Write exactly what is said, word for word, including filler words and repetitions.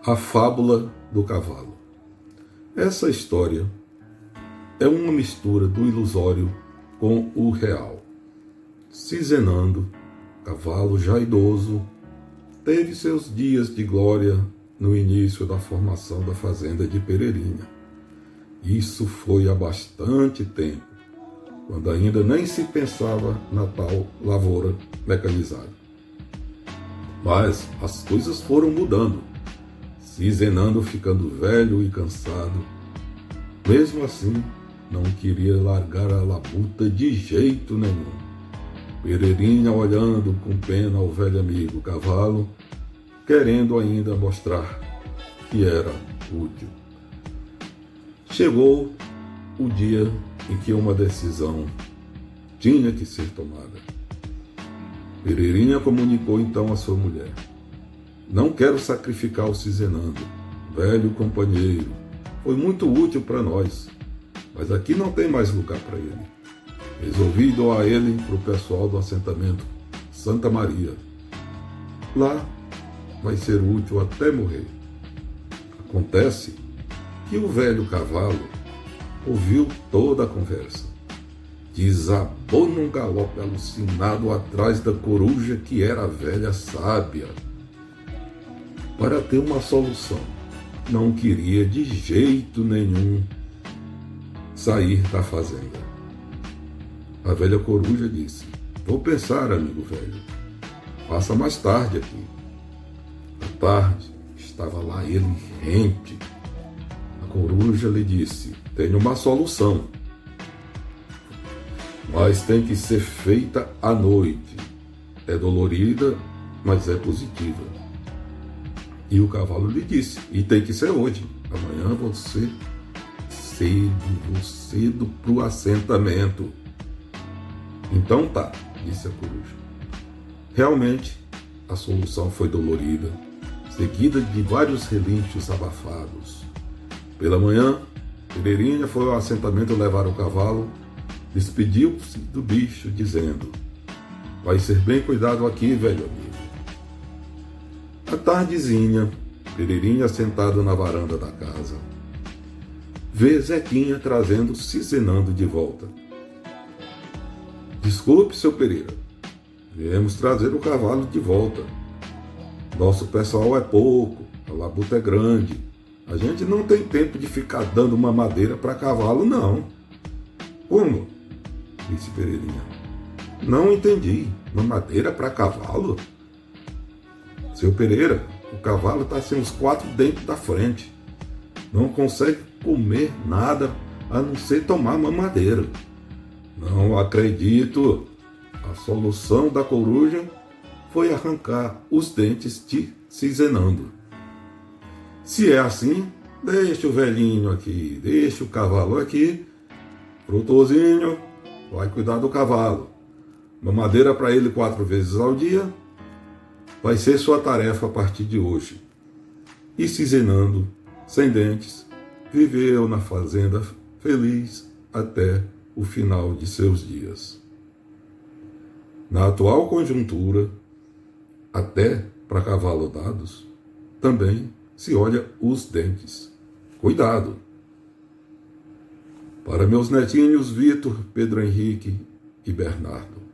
A fábula do cavalo. Essa história é uma mistura do ilusório com o real. Cizenando, cavalo já idoso, teve seus dias de glória no início da formação da fazenda de Pereirinha. Isso foi há bastante tempo, quando ainda nem se pensava na tal lavoura mecanizada. Mas as coisas foram mudando. Cizenando, ficando velho e cansado. Mesmo assim, não queria largar a labuta de jeito nenhum. Pereirinha olhando com pena ao velho amigo cavalo, querendo ainda mostrar que era útil. Chegou o dia em que uma decisão tinha que ser tomada. Pereirinha comunicou então à sua mulher: não quero sacrificar o Cizenando, velho companheiro. Foi muito útil para nós, mas aqui não tem mais lugar para ele. Resolvi doar ele para o pessoal do assentamento Santa Maria. Lá vai ser útil até morrer. Acontece que o velho cavalo ouviu toda a conversa. Desabou num galope alucinado atrás da coruja, que era a velha sábia. Para ter uma solução, não queria de jeito nenhum sair da fazenda. A velha coruja disse: vou pensar, amigo velho. Passa mais tarde aqui. À tarde, estava lá ele rente. A coruja lhe disse: tenho uma solução, mas tem que ser feita à noite. É dolorida, mas é positiva. E o cavalo lhe disse: e tem que ser hoje. Amanhã você cedo, vou cedo para o assentamento. Então tá, disse a coruja. Realmente, a solução foi dolorida, seguida de vários relinchos abafados. Pela manhã, Pereirinha foi ao assentamento levar o cavalo, despediu-se do bicho, dizendo: vai ser bem cuidado aqui, velho amigo. À tardezinha, Pereirinha sentado na varanda da casa, vê Zequinha trazendo Cizenando de volta. Desculpe, seu Pereira, viemos trazer o cavalo de volta. Nosso pessoal é pouco, a labuta é grande. A gente não tem tempo de ficar dando uma madeira para cavalo, não. Como? Disse Pereirinha. Não entendi. Uma madeira para cavalo? Seu Pereira, o cavalo está sem os quatro dentes da frente. Não consegue comer nada a não ser tomar mamadeira. Não acredito. A solução da coruja foi arrancar os dentes de Cizenando. Se é assim, deixa o velhinho aqui, deixa o cavalo aqui. Frutozinho, vai cuidar do cavalo. Mamadeira para ele quatro vezes ao dia vai ser sua tarefa a partir de hoje. E Cizenando, sem dentes, viveu na fazenda feliz até o final de seus dias. Na atual conjuntura, até para cavalo dados, também se olha os dentes. Cuidado! Para meus netinhos Vitor, Pedro Henrique e Bernardo.